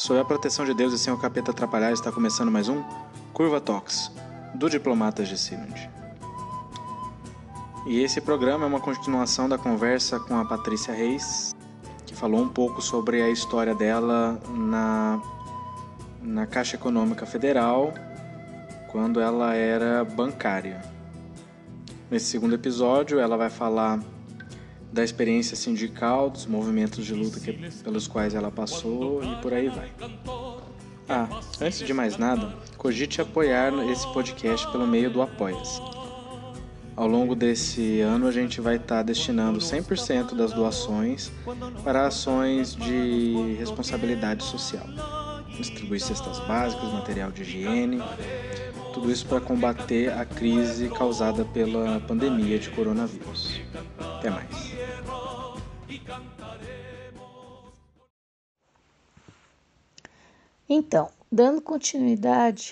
Sob a proteção de Deus e sem o capeta atrapalhar, está começando mais um Curva Talks, do Diplomatas de Sealand. E esse programa é uma continuação da conversa com a Patrícia Reis, que falou um pouco sobre a história dela na Caixa Econômica Federal, quando ela era bancária. Nesse segundo episódio, ela vai falar da experiência sindical, dos movimentos de luta pelos quais ela passou e por aí vai. Antes de mais nada, cogite apoiar esse podcast pelo meio do Apoia-se. Ao longo desse ano, a gente vai estar destinando 100% das doações para ações de responsabilidade social. Distribuir cestas básicas, material de higiene, tudo isso para combater a crise causada pela pandemia de coronavírus. Até mais. Então, dando continuidade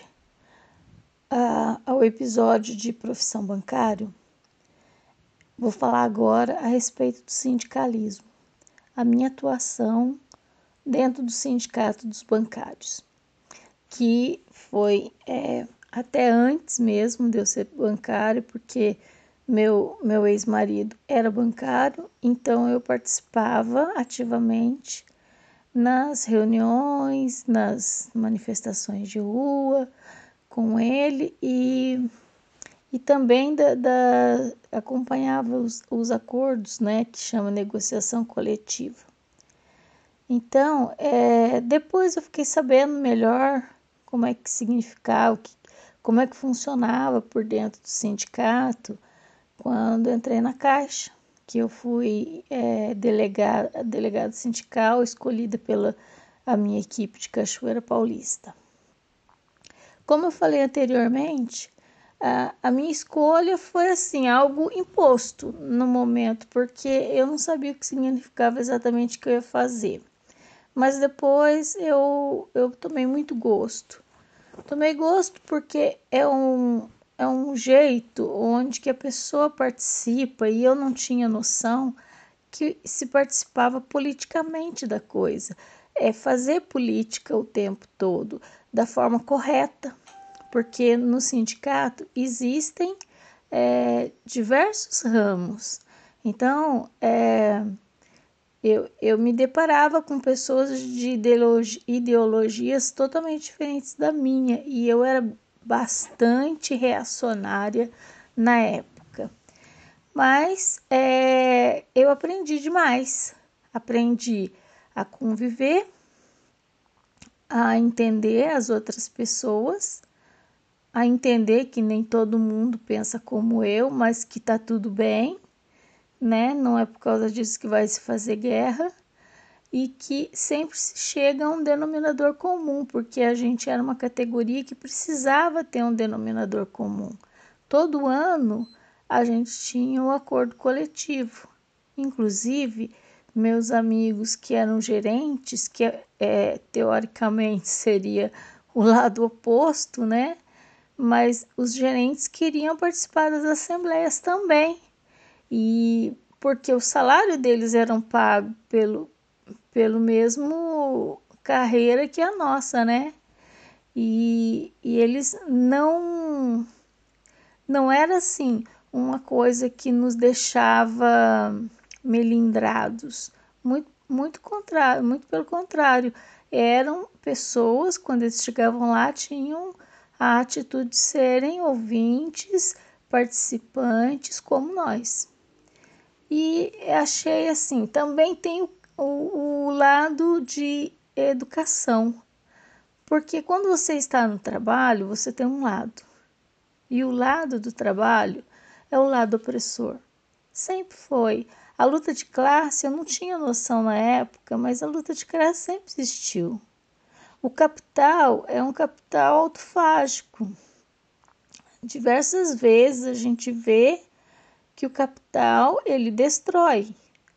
ao episódio de profissão bancário, vou falar agora a respeito do sindicalismo, a minha atuação dentro do sindicato dos bancários, que foi até antes mesmo de eu ser bancário, porque meu ex-marido era bancário, então eu participava ativamente nas reuniões, nas manifestações de rua com ele e também acompanhava os acordos, né, que chama negociação coletiva. Então, depois eu fiquei sabendo melhor como é que significava, como é que funcionava por dentro do sindicato, quando entrei na Caixa, que eu fui delegada sindical escolhida pela a minha equipe de Cachoeira Paulista. Como eu falei anteriormente, a minha escolha foi assim, algo imposto no momento, porque eu não sabia o que significava exatamente o que eu ia fazer. Mas depois eu tomei muito gosto. Tomei gosto porque é um jeito onde que a pessoa participa e eu não tinha noção que se participava politicamente da coisa. É fazer política o tempo todo, da forma correta, porque no sindicato existem diversos ramos. Então, eu me deparava com pessoas de ideologias totalmente diferentes da minha e eu era bastante reacionária na época. Mas eu aprendi demais. Aprendi a conviver, a entender as outras pessoas, a entender que nem todo mundo pensa como eu, mas que tá tudo bem, né? Não é por causa disso que vai se fazer guerra. E que sempre se chega a um denominador comum, porque a gente era uma categoria que precisava ter um denominador comum. Todo ano a gente tinha um acordo coletivo. Inclusive, meus amigos que eram gerentes, que teoricamente seria o lado oposto, né? Mas os gerentes queriam participar das assembleias também. E porque o salário deles era pago pelo mesmo carreira que a nossa, né? E eles não era assim uma coisa que nos deixava melindrados, muito contrário, muito pelo contrário, eram pessoas, quando eles chegavam lá, tinham a atitude de serem ouvintes, participantes como nós. E achei assim, também tem o lado de educação, porque quando você está no trabalho, você tem um lado, e o lado do trabalho é o lado opressor. Sempre foi. A luta de classe, eu não tinha noção na época, mas a luta de classe sempre existiu. O capital é um capital autofágico. Diversas vezes a gente vê que o capital, ele destrói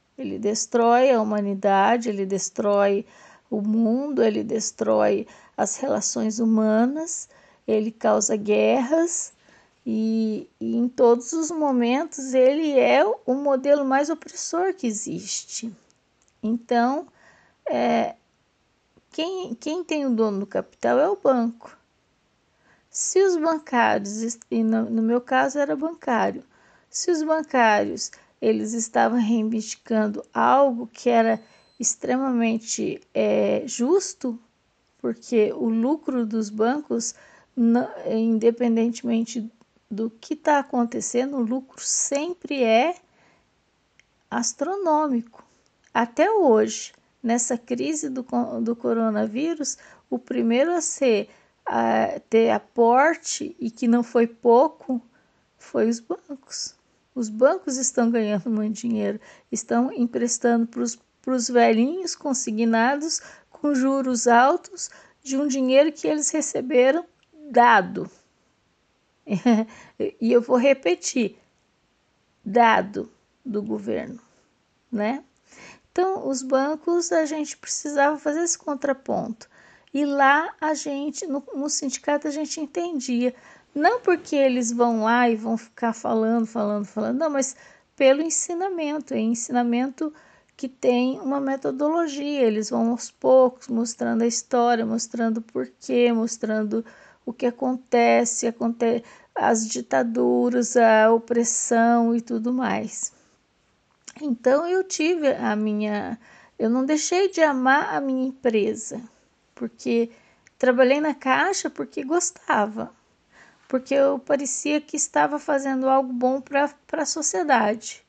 a humanidade, ele destrói o mundo, ele destrói as relações humanas, ele causa guerras e em todos os momentos ele é o modelo mais opressor que existe. Então, Quem tem o dono do capital é o banco. Se os bancários, e no meu caso era bancário, se os bancários eles estavam reivindicando algo que era extremamente justo, porque o lucro dos bancos, independentemente do que está acontecendo, o lucro sempre é astronômico. Até hoje, nessa crise do coronavírus, o primeiro a ter aporte, e que não foi pouco, foi os bancos. Os bancos estão ganhando muito dinheiro, estão emprestando para os velhinhos consignados com juros altos de um dinheiro que eles receberam dado. E eu vou repetir, dado do governo, né? Então, os bancos, a gente precisava fazer esse contraponto. E lá a gente, no sindicato, a gente entendia. Não porque eles vão lá e vão ficar falando, não, mas pelo ensinamento. É ensinamento que tem uma metodologia. Eles vão aos poucos mostrando a história, mostrando o porquê, mostrando o que acontece, as ditaduras, a opressão e tudo mais. Então eu não deixei de amar a minha empresa, porque trabalhei na Caixa porque gostava, porque eu parecia que estava fazendo algo bom para a sociedade.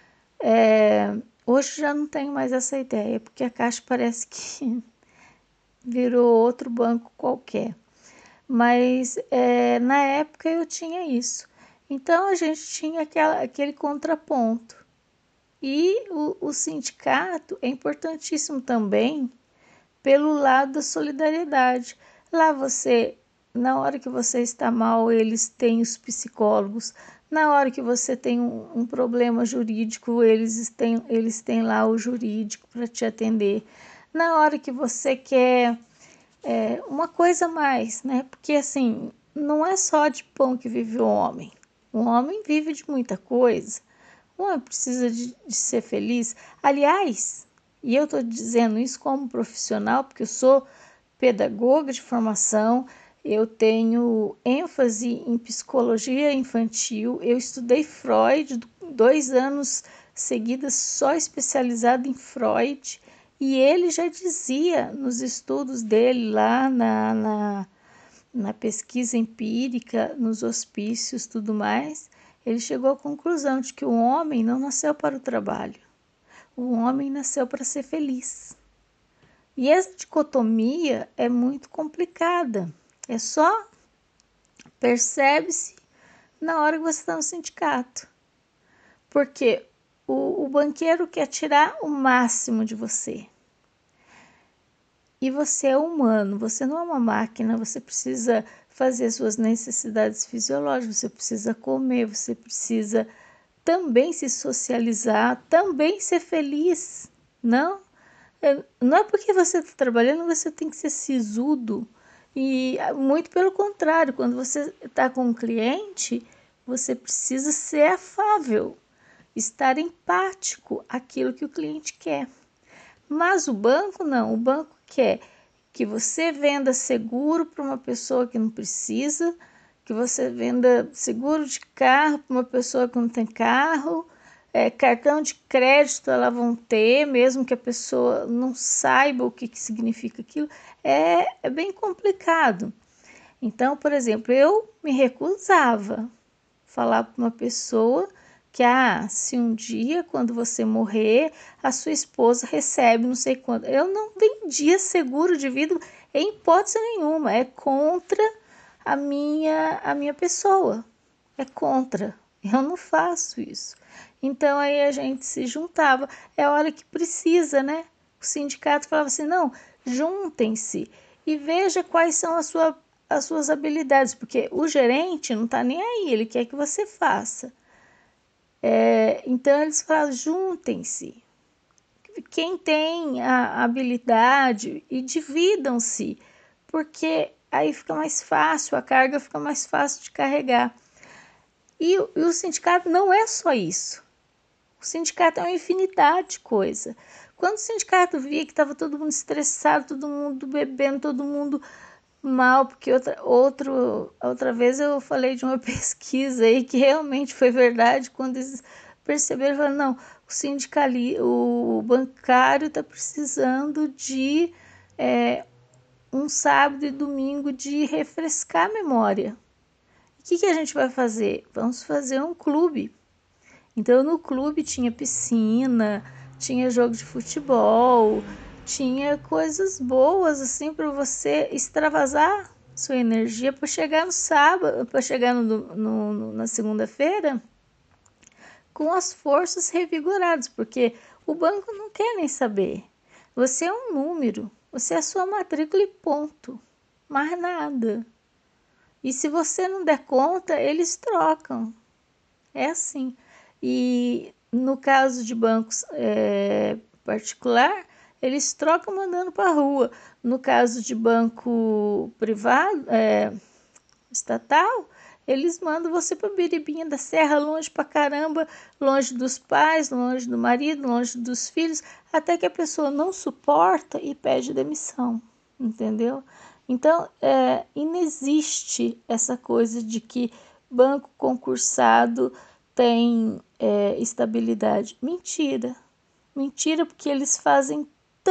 Hoje já não tenho mais essa ideia, porque a Caixa parece que virou outro banco qualquer. Mas na época eu tinha isso. Então a gente tinha aquele contraponto. E o sindicato é importantíssimo também pelo lado da solidariedade. Lá na hora que você está mal, eles têm os psicólogos. Na hora que você tem um problema jurídico, eles têm lá o jurídico para te atender. Na hora que você quer uma coisa a mais, né? Porque assim, não é só de pão que vive o homem. O homem vive de muita coisa. O homem precisa de ser feliz. Aliás, e eu estou dizendo isso como profissional, porque eu sou pedagoga de formação, eu tenho ênfase em psicologia infantil, eu estudei Freud 2 anos seguidos só especializado em Freud, e ele já dizia nos estudos dele lá na pesquisa empírica, nos hospícios e tudo mais, ele chegou à conclusão de que o homem não nasceu para o trabalho, o homem nasceu para ser feliz. E essa dicotomia é muito complicada, é só percebe-se na hora que você está no sindicato, porque o banqueiro quer tirar o máximo de você. E você é humano, você não é uma máquina, você precisa fazer suas necessidades fisiológicas, você precisa comer, você precisa também se socializar, também ser feliz. Não é porque você está trabalhando, você tem que ser sisudo. E muito pelo contrário, quando você está com um cliente, você precisa ser afável, estar empático àquilo que o cliente quer. Mas o banco não, o banco quer que você venda seguro para uma pessoa que não precisa, que você venda seguro de carro para uma pessoa que não tem carro, cartão de crédito elas vão ter, mesmo que a pessoa não saiba o que significa aquilo, é bem complicado. Então, por exemplo, eu me recusava a falar para uma pessoa que se um dia, quando você morrer, a sua esposa recebe não sei quanto. Eu não vendia seguro de vida em hipótese nenhuma, é contra a minha pessoa, é contra, eu não faço isso. Então aí a gente se juntava, é a hora que precisa, né? O sindicato falava assim, não, juntem-se e veja quais são as suas habilidades, porque o gerente não está nem aí, ele quer que você faça. Então eles falam, juntem-se, quem tem a habilidade, e dividam-se, porque aí fica mais fácil, a carga fica mais fácil de carregar. E o sindicato não é só isso, o sindicato é uma infinidade de coisa. Quando o sindicato via que estava todo mundo estressado, todo mundo bebendo, todo mundo mal, porque outra vez eu falei de uma pesquisa aí que realmente foi verdade, quando eles perceberam, falaram, não, o bancário está precisando de um sábado e domingo de refrescar a memória. O que a gente vai fazer? Vamos fazer um clube. Então, no clube tinha piscina, tinha jogo de futebol, tinha coisas boas assim para você extravasar sua energia para chegar no sábado, para chegar na segunda-feira com as forças revigoradas, porque o banco não quer nem saber. Você é um número, você é a sua matrícula e ponto, mais nada. E se você não der conta, eles trocam. É assim. E no caso de bancos particular, eles trocam mandando para a rua. No caso de banco privado, estatal, eles mandam você para Biribinha da Serra, longe para caramba, longe dos pais, longe do marido, longe dos filhos, até que a pessoa não suporta e pede demissão, entendeu? Então, inexiste essa coisa de que banco concursado tem estabilidade. Mentira. Mentira, porque eles fazem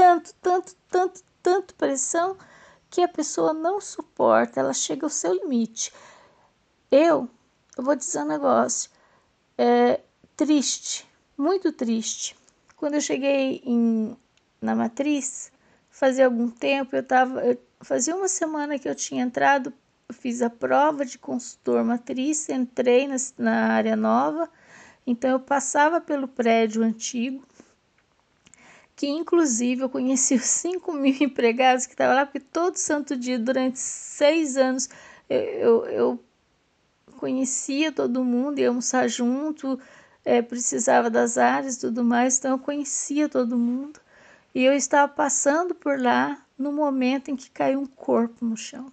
tanto pressão que a pessoa não suporta, ela chega ao seu limite. Eu vou dizer um negócio, triste, muito triste. Quando eu cheguei na matriz, fazia algum tempo, fazia uma semana que eu tinha entrado, eu fiz a prova de consultor matriz, entrei na área nova, então eu passava pelo prédio antigo, que inclusive eu conheci os 5.000 empregados que estavam lá, porque todo santo dia, durante 6 anos, eu conhecia todo mundo, ia almoçar junto, precisava das áreas e tudo mais, então eu conhecia todo mundo. E eu estava passando por lá no momento em que caiu um corpo no chão.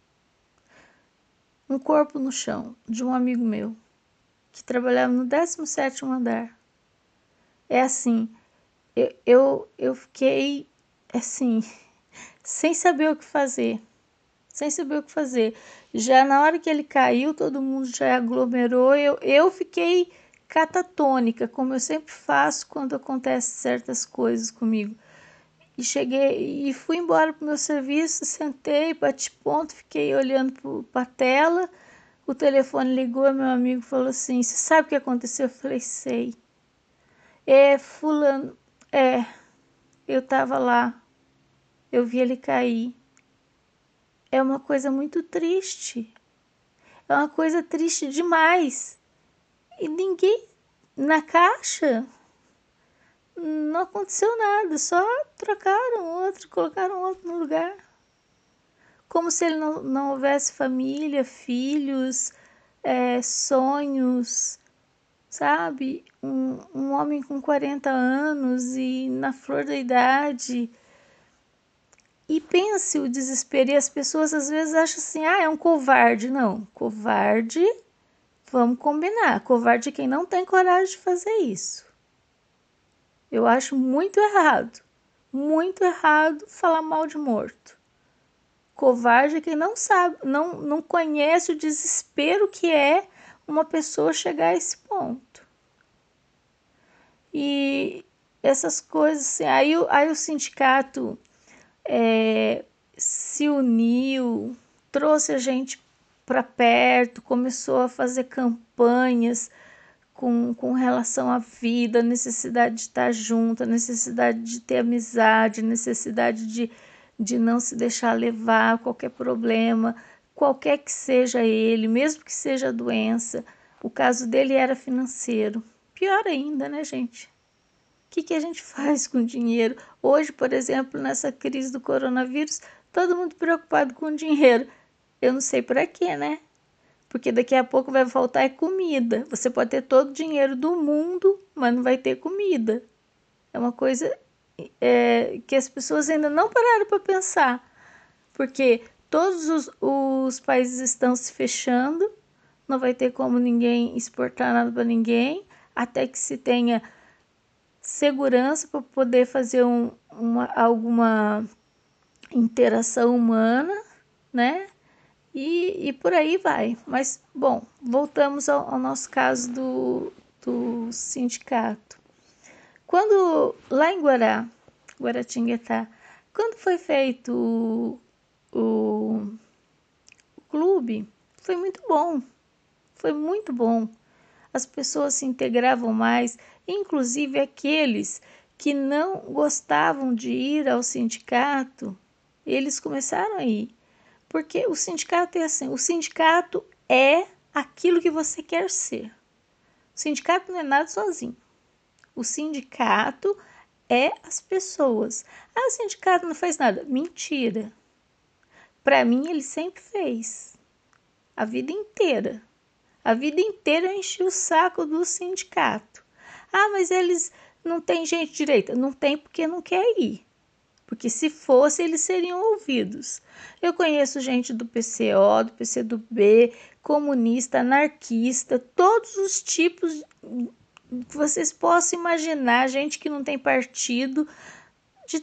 Um corpo no chão de um amigo meu, que trabalhava no 17º andar. É assim, eu fiquei assim, sem saber o que fazer. Sem saber o que fazer. Já na hora que ele caiu, todo mundo já aglomerou. Eu fiquei catatônica, como eu sempre faço quando acontecem certas coisas comigo. E cheguei e fui embora para o meu serviço, sentei, bati ponto, fiquei olhando para a tela. O telefone ligou, meu amigo falou assim: "Você sabe o que aconteceu?" Eu falei: "Sei." Fulano, eu estava lá, eu vi ele cair. É uma coisa muito triste. É uma coisa triste demais. E ninguém na caixa não aconteceu nada, só trocaram outro, colocaram outro no lugar. Como se ele não houvesse família, filhos, sonhos, sabe? Um homem com 40 anos e na flor da idade. E pense o desespero. E as pessoas às vezes acham assim, é um covarde. Não, covarde, vamos combinar. Covarde é quem não tem coragem de fazer isso. Eu acho muito errado falar mal de morto. Covarde é quem não sabe, não conhece o desespero que é uma pessoa chegar a esse ponto. E essas coisas, assim, aí o sindicato se uniu, trouxe a gente para perto, começou a fazer campanhas com relação à vida, a necessidade de estar junto, a necessidade de ter amizade, a necessidade de não se deixar levar a qualquer problema, qualquer que seja ele, mesmo que seja doença. O caso dele era financeiro. Pior ainda, né, gente? O que a gente faz com dinheiro? Hoje, por exemplo, nessa crise do coronavírus, todo mundo preocupado com dinheiro. Eu não sei para quê, né? Porque daqui a pouco vai faltar comida. Você pode ter todo o dinheiro do mundo, mas não vai ter comida. É uma coisa que as pessoas ainda não pararam para pensar. Porque todos os países estão se fechando, não vai ter como ninguém exportar nada para ninguém, até que se tenha segurança para poder fazer alguma interação humana, né? E por aí vai. Mas, bom, voltamos ao nosso caso do sindicato. Quando, lá em Guaratinguetá, quando foi feito o clube, foi muito bom. Foi muito bom. As pessoas se integravam mais, inclusive aqueles que não gostavam de ir ao sindicato, eles começaram a ir. Porque o sindicato é assim, o sindicato é aquilo que você quer ser. O sindicato não é nada sozinho. O sindicato é as pessoas. Ah, o sindicato não faz nada. Mentira. Para mim, ele sempre fez. A vida inteira. A vida inteira eu enchi o saco do sindicato. Ah, mas eles não têm gente direita. Não tem porque não quer ir. Porque se fosse, eles seriam ouvidos. Eu conheço gente do PCO, do PCdoB, comunista, anarquista, todos os tipos que vocês possam imaginar, gente que não tem partido, de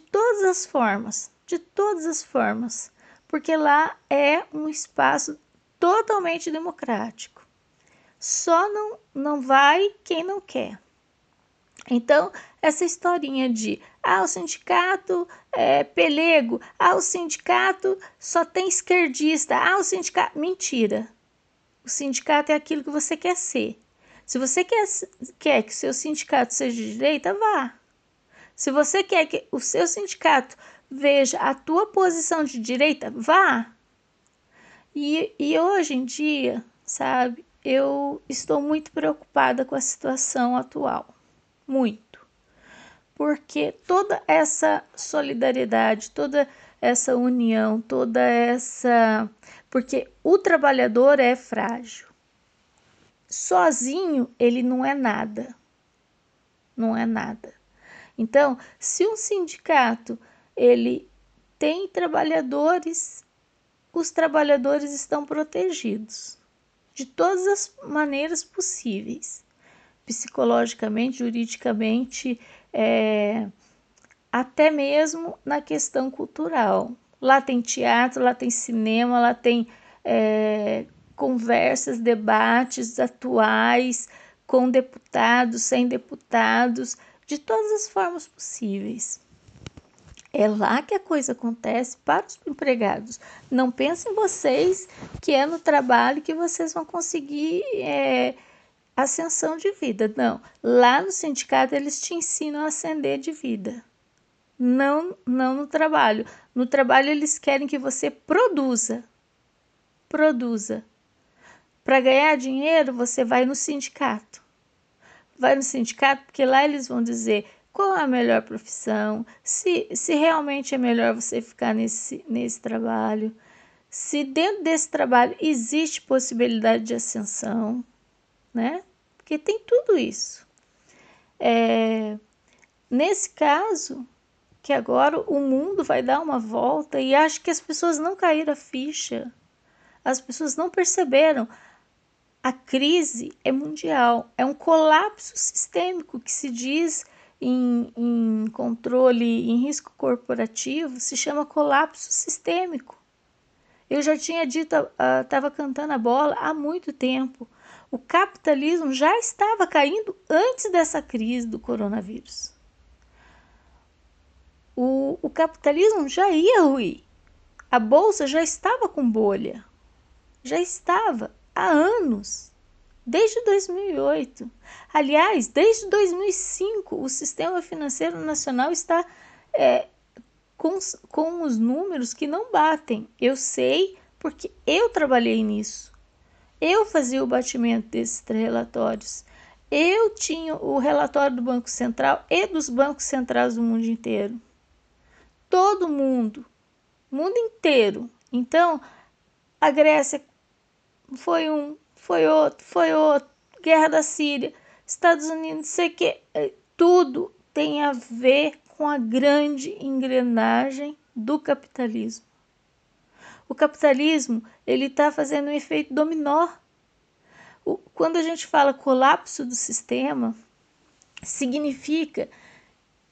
todas as formas, porque lá é um espaço totalmente democrático. Só não vai quem não quer. Então, essa historinha de o sindicato é pelego, o sindicato só tem esquerdista, o sindicato... Mentira. O sindicato é aquilo que você quer ser. Se você quer que o seu sindicato seja de direita, vá. Se você quer que o seu sindicato veja a tua posição de direita, vá. E hoje em dia, sabe, eu estou muito preocupada com a situação atual. Muito. Porque toda essa solidariedade, toda essa união, toda essa... Porque o trabalhador é frágil. Sozinho ele não é nada. Não é nada. Então, se um sindicato ele tem trabalhadores, os trabalhadores estão protegidos de todas as maneiras possíveis. Psicologicamente, juridicamente, até mesmo na questão cultural. Lá tem teatro, lá tem cinema, lá tem conversas, debates atuais com deputados, sem deputados, de todas as formas possíveis. É lá que a coisa acontece para os empregados. Não pensem vocês que é no trabalho que vocês vão conseguir ascensão de vida. Não, lá no sindicato eles te ensinam a ascender de vida. Não no trabalho. No trabalho eles querem que você produza. Produza. Para ganhar dinheiro, você vai no sindicato. Vai no sindicato porque lá eles vão dizer qual é a melhor profissão, se realmente é melhor você ficar nesse trabalho, se dentro desse trabalho existe possibilidade de ascensão, né? Porque tem tudo isso. Nesse caso, que agora o mundo vai dar uma volta e acho que as pessoas não caíram a ficha, as pessoas não perceberam. A crise é mundial, é um colapso sistêmico que se diz em controle, em risco corporativo, se chama colapso sistêmico. Eu já tinha dito, estava cantando a bola há muito tempo. O capitalismo já estava caindo antes dessa crise do coronavírus. O capitalismo já ia ruir. A bolsa já estava com bolha. Já estava há anos. Desde 2008. Aliás, desde 2005, o sistema financeiro nacional está com os números que não batem. Eu sei porque eu trabalhei nisso. Eu fazia o batimento desses relatórios. Eu tinha o relatório do Banco Central e dos bancos centrais do mundo inteiro. Todo mundo, o mundo inteiro. Então, a Grécia foi um, foi outro, guerra da Síria, Estados Unidos, não sei o que, tudo tem a ver com a grande engrenagem do capitalismo. O capitalismo, ele está fazendo um efeito dominó. Quando a gente fala colapso do sistema, significa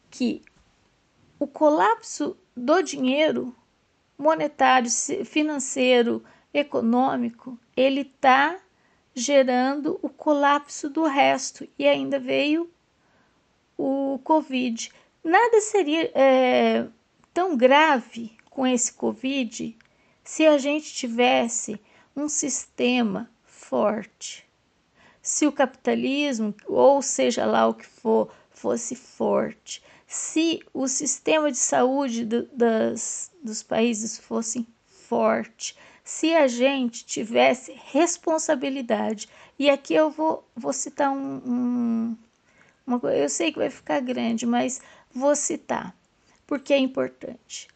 que o colapso do dinheiro monetário, financeiro, econômico, ele está gerando o colapso do resto. E ainda veio o Covid. Nada seria tão grave com esse Covid se a gente tivesse um sistema forte. Se o capitalismo, ou seja lá o que for, fosse forte. Se o sistema de saúde dos países fosse forte. Se a gente tivesse responsabilidade. E aqui eu vou citar uma coisa, eu sei que vai ficar grande, mas vou citar, porque é importante.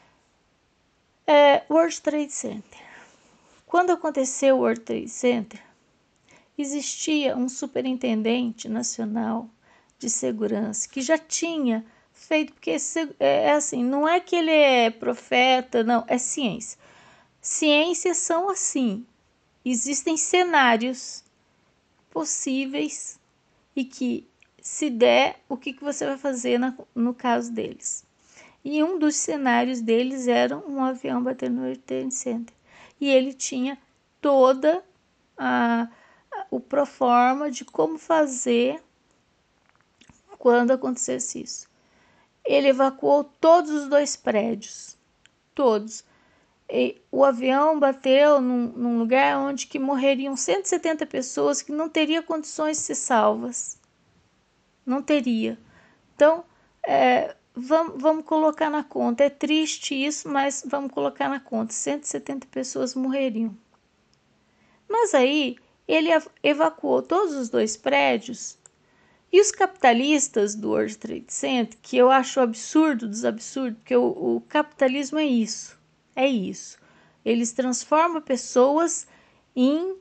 World Trade Center. Quando aconteceu o World Trade Center, existia um superintendente nacional de segurança que já tinha feito, porque assim, não é que ele é profeta, não, é ciência. Ciências são assim, existem cenários possíveis e que, se der, o que você vai fazer no caso deles. E um dos cenários deles era um avião batendo no World Trade Center. E ele tinha toda o proforma de como fazer quando acontecesse isso. Ele evacuou todos os 2 prédios, todos. E o avião bateu num lugar onde que morreriam 170 pessoas que não teriam condições de ser salvas. Não teria. Então, vamos colocar na conta. É triste isso, mas vamos colocar na conta. 170 pessoas morreriam. Mas aí, ele evacuou todos os 2 prédios. E os capitalistas do World Trade Center, que eu acho absurdo dos absurdos, porque o capitalismo é isso. É isso. Eles transformam pessoas em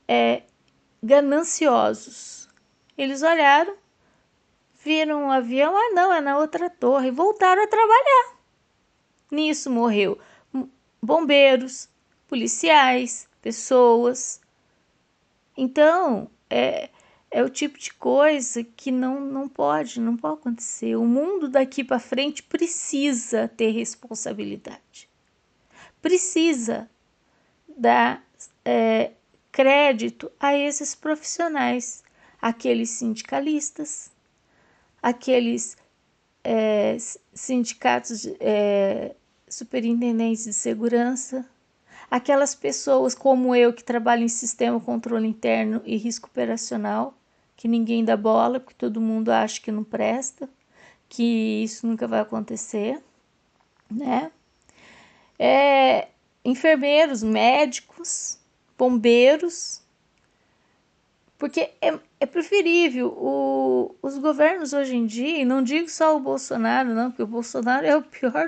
gananciosos. Eles olharam, viram um avião, não, é na outra torre, e voltaram a trabalhar. Nisso morreu bombeiros, policiais, pessoas. Então, é o tipo de coisa que não pode acontecer. O mundo daqui para frente precisa ter responsabilidade. Precisa dar crédito a esses profissionais, aqueles sindicalistas, aqueles sindicatos, superintendentes de segurança, aquelas pessoas como eu que trabalham em sistema controle interno e risco operacional, que ninguém dá bola, porque todo mundo acha que não presta, que isso nunca vai acontecer, né? Enfermeiros, médicos, bombeiros, porque é preferível os governos hoje em dia, e não digo só o Bolsonaro, não, porque o Bolsonaro é o pior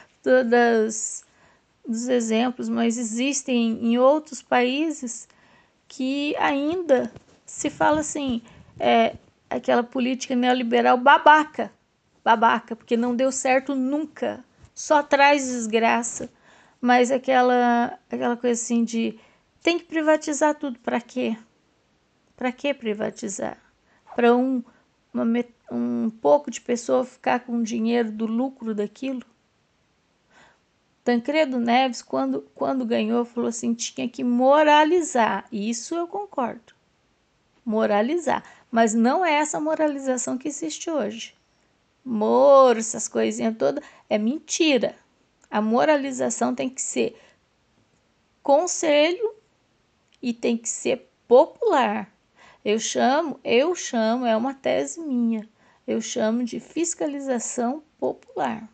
dos exemplos, mas existem em outros países que ainda se fala assim, aquela política neoliberal babaca, porque não deu certo nunca, só traz desgraça, mas aquela coisa assim de tem que privatizar tudo, para quê? Para que privatizar? Para um pouco de pessoa ficar com o dinheiro do lucro daquilo? Tancredo Neves, quando ganhou, falou assim, tinha que moralizar. Isso eu concordo. Moralizar. Mas não é essa moralização que existe hoje. Moro, essas coisinhas todas, é mentira. A moralização tem que ser conselho e tem que ser popular. Eu chamo, é uma tese minha, eu chamo de fiscalização popular.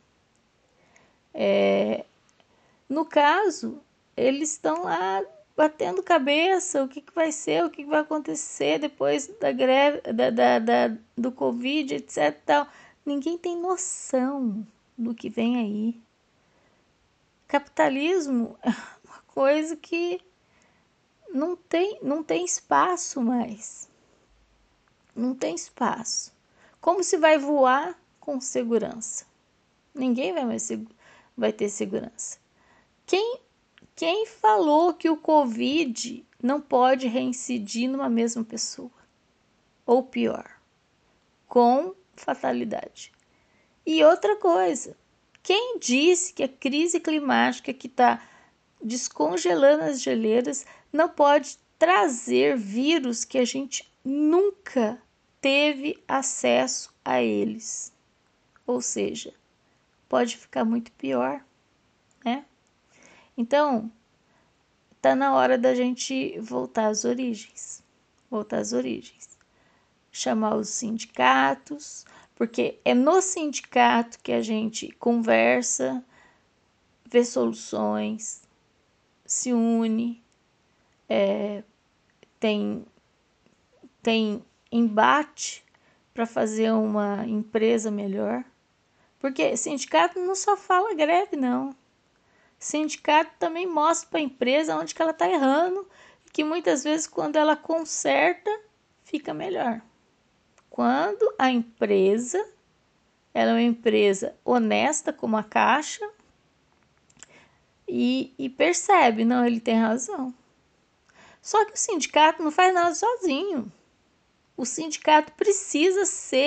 No caso, eles estão lá batendo cabeça, o que vai ser, o que vai acontecer depois da greve, do Covid, etc. Tal. Ninguém tem noção do que vem aí. Capitalismo é uma coisa que não tem espaço mais. Não tem espaço. Como se vai voar com segurança? Ninguém vai ter segurança. Quem falou que o Covid não pode reincidir numa mesma pessoa? Ou pior, com fatalidade. E outra coisa, quem disse que a crise climática que está descongelando as geleiras não pode trazer vírus que a gente nunca teve acesso a eles? Ou seja, pode ficar muito pior, né? Então, tá na hora da gente voltar às origens. Voltar às origens. Chamar os sindicatos, porque é no sindicato que a gente conversa, vê soluções, se une, tem embate para fazer uma empresa melhor. Porque sindicato não só fala greve, não. Sindicato também mostra para a empresa onde que ela está errando e que muitas vezes quando ela conserta, fica melhor. Quando a empresa, ela é uma empresa honesta como a Caixa e percebe, não, ele tem razão. Só que o sindicato não faz nada sozinho. O sindicato precisa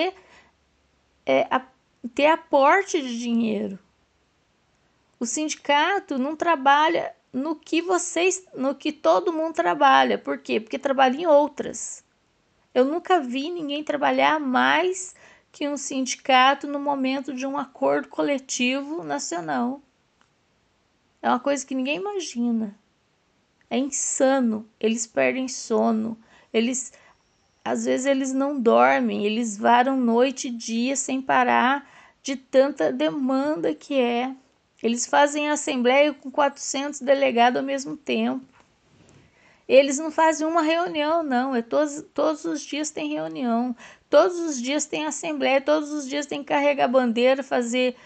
ter aporte de dinheiro. O sindicato não trabalha no que todo mundo trabalha. Por quê? Porque trabalha em outras. Eu nunca vi ninguém trabalhar mais que um sindicato no momento de um acordo coletivo nacional. É uma coisa que ninguém imagina. É insano. Eles perdem sono. Às vezes eles não dormem. Eles varam noite e dia sem parar de tanta demanda que é. Eles fazem assembleia com 400 delegados ao mesmo tempo. Eles não fazem uma reunião, não. Todos os dias tem reunião. Todos os dias tem assembleia. Todos os dias tem que carregar bandeira, fazer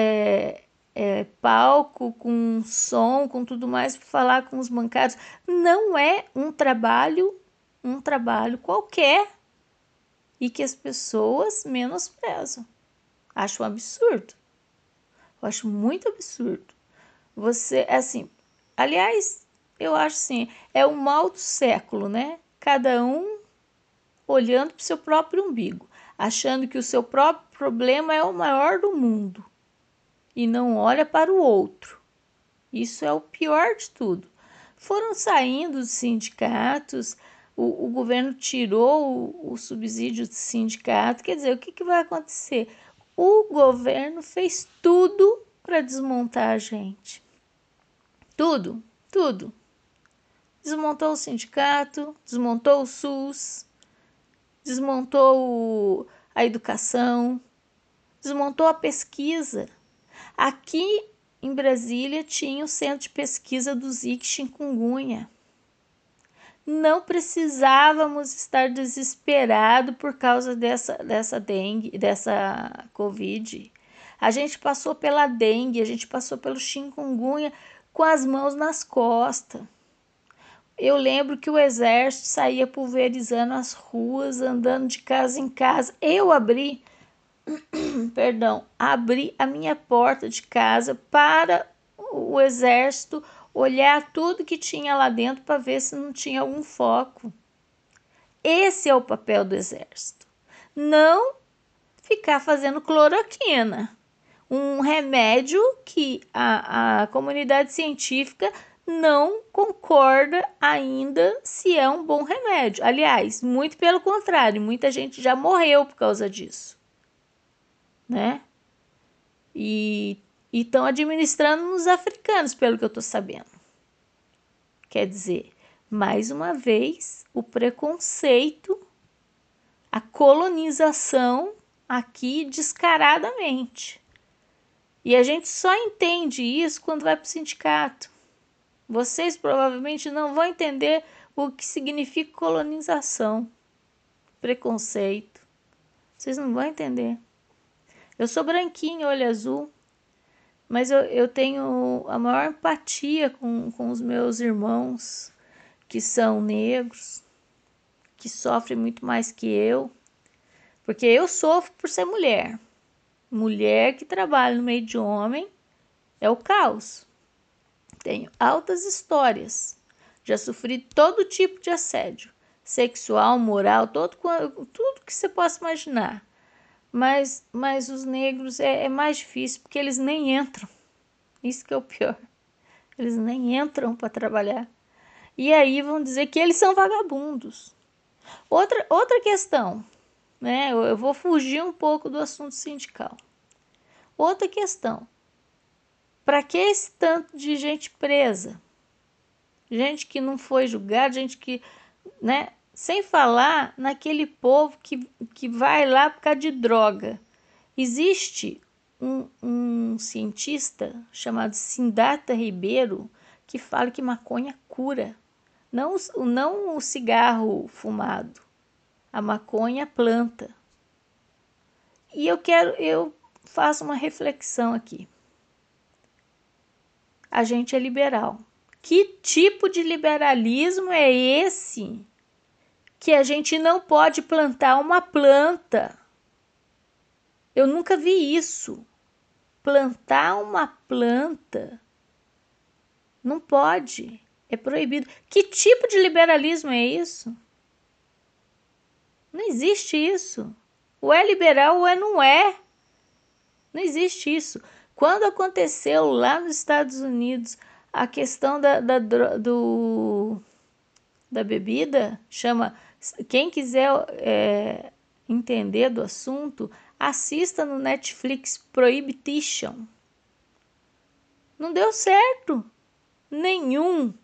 palco com som, com tudo mais, para falar com os bancários. Não é um trabalho qualquer e que as pessoas menosprezam. Acho um absurdo. Eu acho muito absurdo. Você, assim, aliás, eu acho assim, é o mal do século, né? Cada um olhando para o seu próprio umbigo, achando que o seu próprio problema é o maior do mundo e não olha para o outro. Isso é o pior de tudo. Foram saindo os sindicatos, o governo tirou o subsídio do sindicato. Quer dizer, o que vai acontecer? O governo fez tudo para desmontar a gente. Tudo. Desmontou o sindicato, desmontou o SUS, desmontou a educação, desmontou a pesquisa. Aqui em Brasília tinha o centro de pesquisa do Zika chikungunya. Não precisávamos estar desesperados por causa dessa dengue, dessa Covid. A gente passou pela dengue, a gente passou pelo chikungunya com as mãos nas costas. Eu lembro que o exército saía pulverizando as ruas, andando de casa em casa. Eu abri a minha porta de casa para o exército olhar tudo que tinha lá dentro para ver se não tinha algum foco. Esse é o papel do exército. Não ficar fazendo cloroquina, um remédio que a comunidade científica não concorda ainda se é um bom remédio. Aliás, muito pelo contrário, muita gente já morreu por causa disso, né? E estão administrando nos africanos, pelo que eu estou sabendo. Quer dizer, mais uma vez, o preconceito, a colonização aqui descaradamente. E a gente só entende isso quando vai para o sindicato. Vocês provavelmente não vão entender o que significa colonização, preconceito. Vocês não vão entender. Eu sou branquinho, olho azul, mas eu tenho a maior empatia com os meus irmãos que são negros, que sofrem muito mais que eu, porque eu sofro por ser mulher. Mulher que trabalha no meio de homem é o caos. Tenho altas histórias. Já sofri todo tipo de assédio, sexual, moral, tudo que você possa imaginar. mas os negros é mais difícil, porque eles nem entram. Isso que é o pior. Eles nem entram para trabalhar. E aí vão dizer que eles são vagabundos. Outra questão, né? Eu vou fugir um pouco do assunto sindical. Outra questão. Para que esse tanto de gente presa? Gente que não foi julgada, gente que, né? Sem falar naquele povo que vai lá por causa de droga. Existe um cientista chamado Siddhartha Ribeiro que fala que maconha cura. Não o cigarro fumado, a maconha planta. E eu faço uma reflexão aqui. A gente é liberal. Que tipo de liberalismo é esse que a gente não pode plantar uma planta? Eu nunca vi isso. Plantar uma planta não pode, é proibido. Que tipo de liberalismo é isso? Não existe isso. Ou é liberal ou não é. Não existe isso. Quando aconteceu lá nos Estados Unidos a questão da bebida, quem quiser entender do assunto, assista no Netflix Prohibition. Não deu certo. Nenhum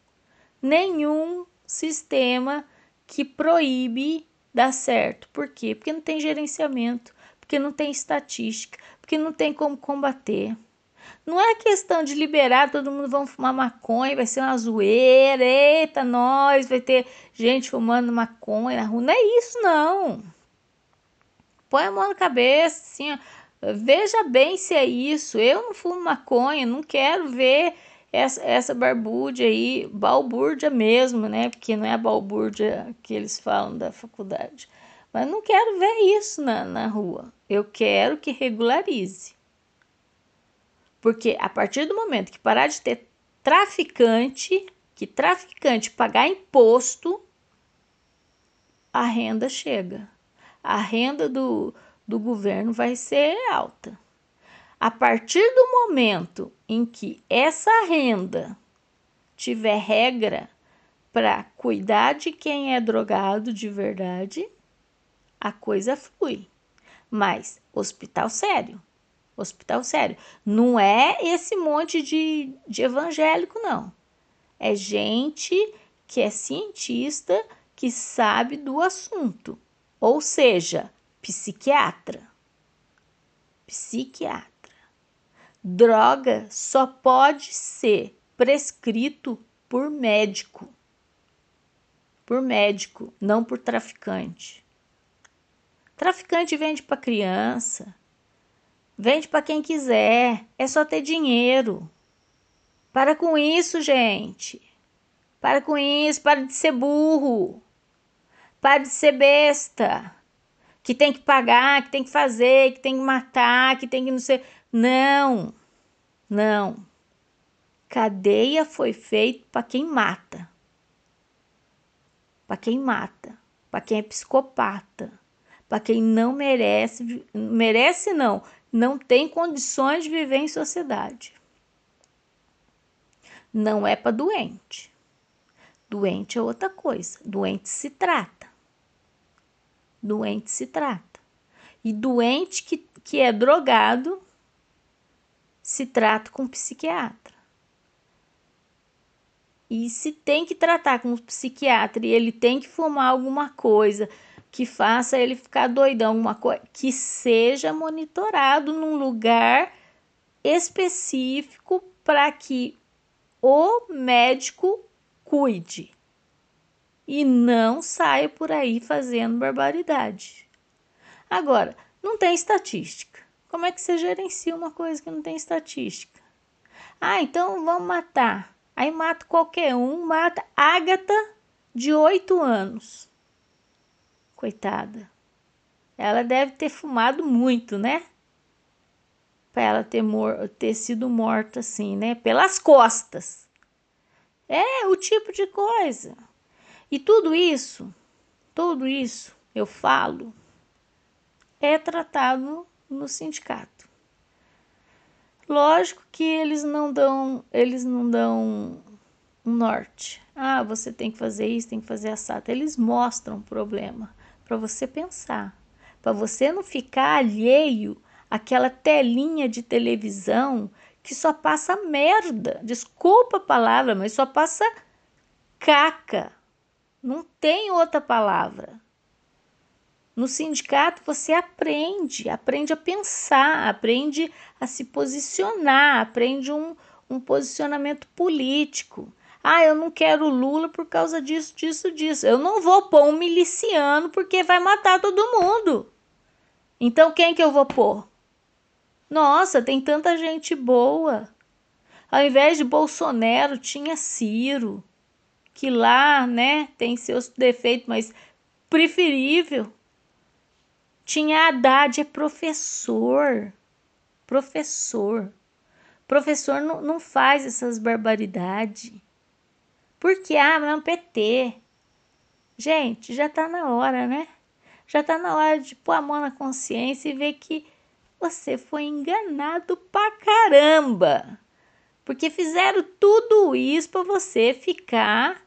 sistema que proíbe dá certo. Por quê? Porque não tem gerenciamento, porque não tem estatística, porque não tem como combater. Não é questão de liberar, todo mundo vai fumar maconha, vai ser uma zoeira, eita, nós, vai ter gente fumando maconha na rua. Não é isso, não. Põe a mão na cabeça, assim, ó. Veja bem se é isso. Eu não fumo maconha, não quero ver essa barbúrdia aí, balbúrdia mesmo, né? Porque não é a balbúrdia que eles falam da faculdade. Mas não quero ver isso na rua. Eu quero que regularize. Porque a partir do momento que parar de ter que traficante pagar imposto, a renda chega. A renda do governo vai ser alta. A partir do momento em que essa renda tiver regra para cuidar de quem é drogado de verdade, a coisa flui. Mas hospital sério. Não é esse monte de evangélico, não. É gente que é cientista, que sabe do assunto. Ou seja, psiquiatra. Droga só pode ser prescrito por médico. Não por traficante. Traficante vende para criança, vende para quem quiser, é só ter dinheiro. Para com isso, gente. Para com isso, para de ser burro. Para de ser besta. Que tem que pagar, que tem que fazer, que tem que matar, que tem que não ser... Não. Cadeia foi feita para quem mata. Para quem é psicopata. Para quem não merece não tem condições de viver em sociedade. Não é para doente. Doente é outra coisa. Doente se trata. E doente que é drogado se trata com psiquiatra. E se tem que tratar com psiquiatra e ele tem que fumar alguma coisa que faça ele ficar doidão, alguma coisa que seja monitorado num lugar específico para que o médico cuide e não saia por aí fazendo barbaridade. Agora, não tem estatística. Como é que você gerencia uma coisa que não tem estatística? Ah, então vamos matar. Aí mata qualquer um, mata Ágata, de 8 anos. Coitada. Ela deve ter fumado muito, né? Para ela ter sido morta assim, né? Pelas costas. É o tipo de coisa. E tudo isso eu falo é tratado no sindicato. Lógico que eles não dão um norte. Ah, você tem que fazer isso, tem que fazer assado. Eles mostram o problema para você pensar, para você não ficar alheio àquela telinha de televisão que só passa merda. Desculpa a palavra, mas só passa caca. Não tem outra palavra. No sindicato você aprende a pensar, aprende a se posicionar, aprende um posicionamento político. Ah, eu não quero Lula por causa disso, disso, disso. Eu não vou pôr um miliciano porque vai matar todo mundo. Então quem que eu vou pôr? Nossa, tem tanta gente boa. Ao invés de Bolsonaro, tinha Ciro, que lá, né, tem seus defeitos, mas preferível. Tinha Haddad, é professor. Professor. Professor não faz essas barbaridades. Porque, mas é um PT. Gente, já tá na hora, né? Já tá na hora de pôr a mão na consciência e ver que você foi enganado pra caramba. Porque fizeram tudo isso pra você ficar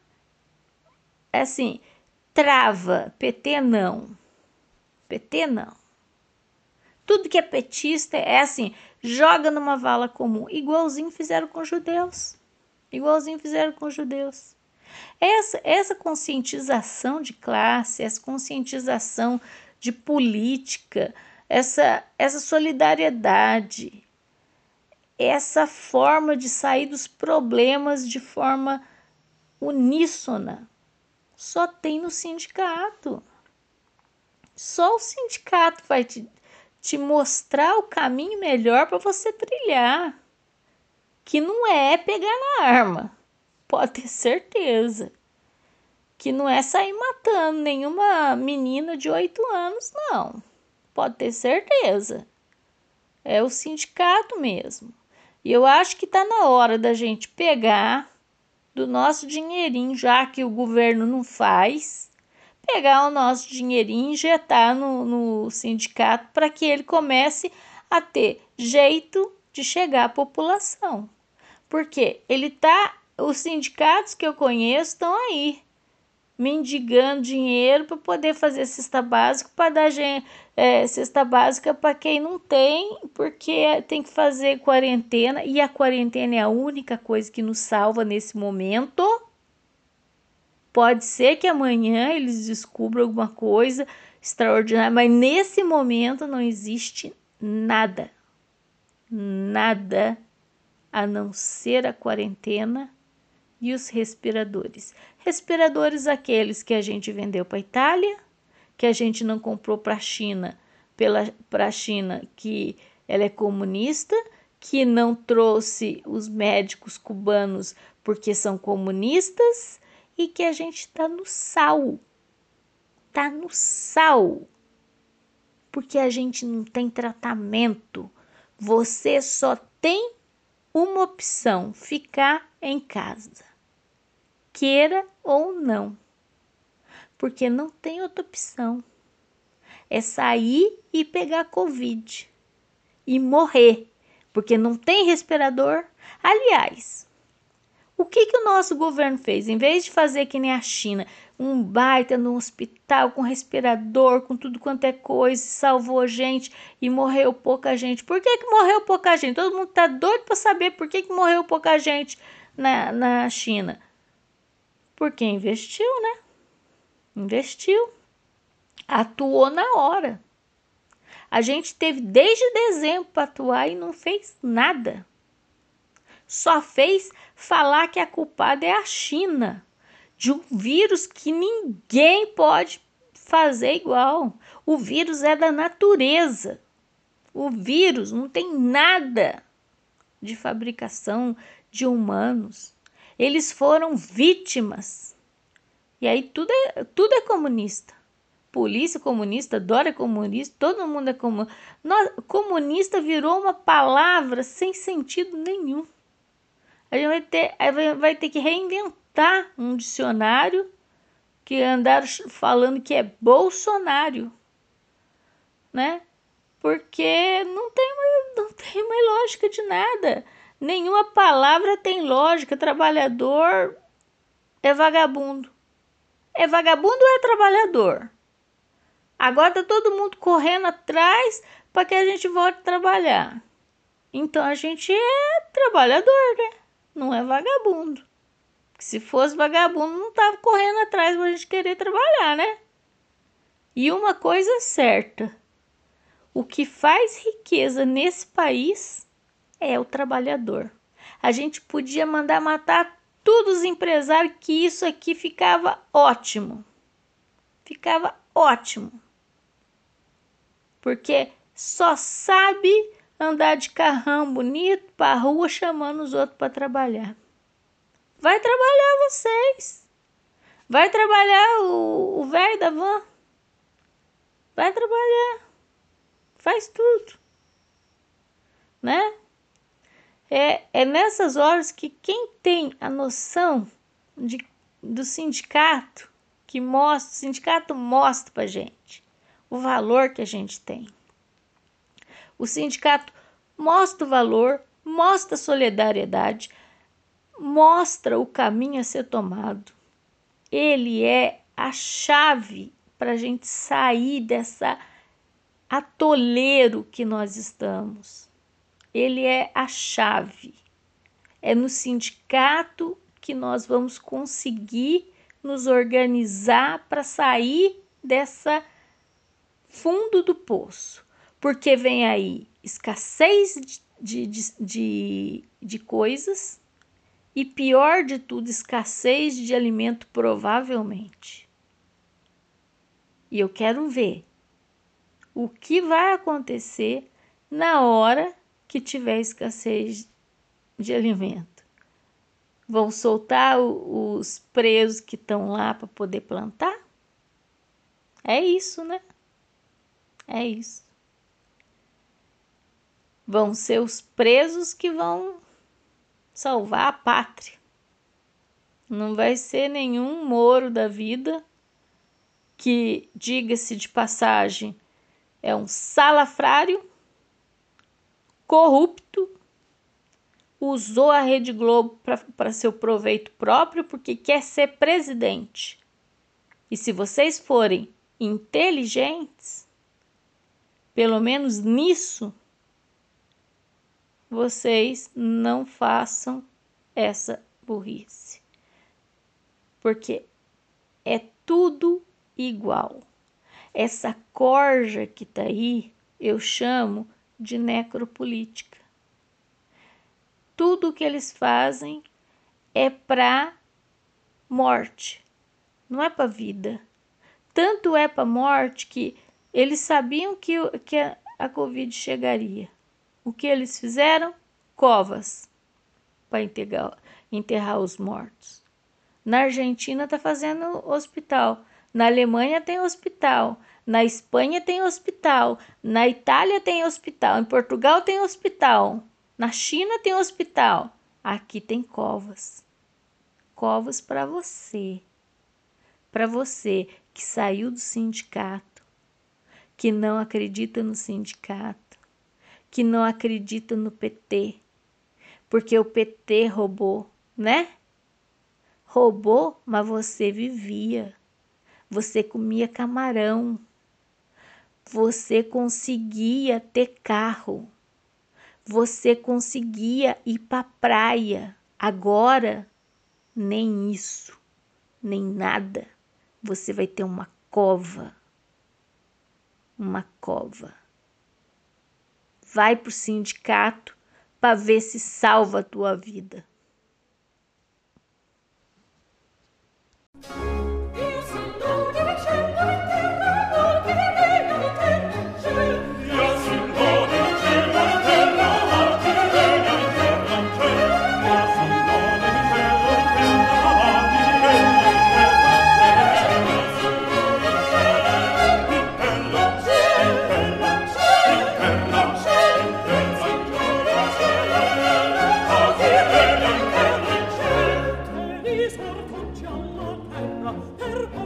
assim, trava, PT não. PT não. Tudo que é petista é assim, joga numa vala comum, igualzinho fizeram com os judeus. Igualzinho fizeram com os judeus. Essa conscientização de classe, essa conscientização de política, essa solidariedade, essa forma de sair dos problemas de forma uníssona, só tem no sindicato. Só o sindicato vai te mostrar o caminho melhor para você trilhar. Que não é pegar na arma. Pode ter certeza. Que não é sair matando nenhuma menina de 8 anos, não. Pode ter certeza. É o sindicato mesmo. E eu acho que está na hora da gente pegar do nosso dinheirinho, já que o governo não faz, pegar o nosso dinheirinho e injetar no sindicato para que ele comece a ter jeito de chegar à população. Porque os sindicatos que eu conheço estão aí, mendigando dinheiro para poder fazer cesta básica, para dar cesta básica para quem não tem, porque tem que fazer quarentena, e a quarentena é a única coisa que nos salva nesse momento. Pode ser que amanhã eles descubram alguma coisa extraordinária, mas nesse momento não existe nada. Nada a não ser a quarentena e os respiradores. Respiradores aqueles que a gente vendeu para a Itália, que a gente não comprou para a China, para a China que ela é comunista, que não trouxe os médicos cubanos porque são comunistas, e que a gente está no sal. Está no sal. Porque a gente não tem tratamento. Você só tem uma opção: ficar em casa. Queira ou não. Porque não tem outra opção. É sair e pegar Covid. E morrer. Porque não tem respirador. Aliás, o que o nosso governo fez? Em vez de fazer que nem a China, um baita no hospital com respirador, com tudo quanto é coisa, salvou gente e morreu pouca gente. Por que morreu pouca gente? Todo mundo tá doido para saber por que morreu pouca gente na China. Porque investiu, né? Investiu. Atuou na hora. A gente teve desde dezembro para atuar e não fez nada. Só fez falar que a culpada é a China, de um vírus que ninguém pode fazer igual. O vírus é da natureza. O vírus não tem nada de fabricação de humanos. Eles foram vítimas. E aí tudo é comunista. Polícia comunista, Dória comunista, todo mundo é comunista. Comunista virou uma palavra sem sentido nenhum. A gente vai ter que reinventar um dicionário que andaram falando que é Bolsonaro. né? Porque não tem mais lógica de nada. Nenhuma palavra tem lógica. Trabalhador é vagabundo. É vagabundo ou é trabalhador? Agora tá todo mundo correndo atrás para que a gente volte a trabalhar. Então a gente é trabalhador, né? Não é vagabundo. Se fosse vagabundo, não tava correndo atrás pra gente querer trabalhar, né? E uma coisa é certa: o que faz riqueza nesse país é o trabalhador. A gente podia mandar matar todos os empresários, que isso aqui ficava ótimo. Ficava ótimo. Porque só sabe andar de carrão bonito pra rua chamando os outros para trabalhar. Vai trabalhar vocês. Vai trabalhar o velho da van. Vai trabalhar. Faz tudo. Né? É nessas horas que quem tem a noção do sindicato, o sindicato mostra pra gente o valor que a gente tem. O sindicato mostra o valor, mostra a solidariedade, mostra o caminho a ser tomado. Ele é a chave para a gente sair dessa atoleiro que nós estamos. Ele é a chave. É no sindicato que nós vamos conseguir nos organizar para sair dessa fundo do poço. Porque vem aí escassez de coisas e, pior de tudo, escassez de alimento, provavelmente. E eu quero ver o que vai acontecer na hora que tiver escassez de alimento. Vão soltar os presos que estão lá para poder plantar? É isso, né? É isso. Vão ser os presos que vão salvar a pátria. Não vai ser nenhum Moro da vida, que, diga-se de passagem, é um salafrário, corrupto, usou a Rede Globo para seu proveito próprio porque quer ser presidente. E se vocês forem inteligentes, pelo menos nisso, vocês não façam essa burrice. Porque é tudo igual. Essa corja que tá aí, eu chamo de necropolítica. Tudo que eles fazem é para morte, não é para vida. Tanto é para morte que eles sabiam que a Covid chegaria. O que eles fizeram? Covas para enterrar os mortos. Na Argentina está fazendo hospital. Na Alemanha tem hospital. Na Espanha tem hospital. Na Itália tem hospital. Em Portugal tem hospital. Na China tem hospital. Aqui tem covas. Covas para você. Para você que saiu do sindicato, que não acredita no sindicato, que não acredita no PT, porque o PT roubou, né? Roubou, mas você vivia. Você comia camarão. Você conseguia ter carro. Você conseguia ir para praia. Agora, nem isso, nem nada. Você vai ter uma cova. Uma cova. Vai pro sindicato para ver se salva a tua vida. Per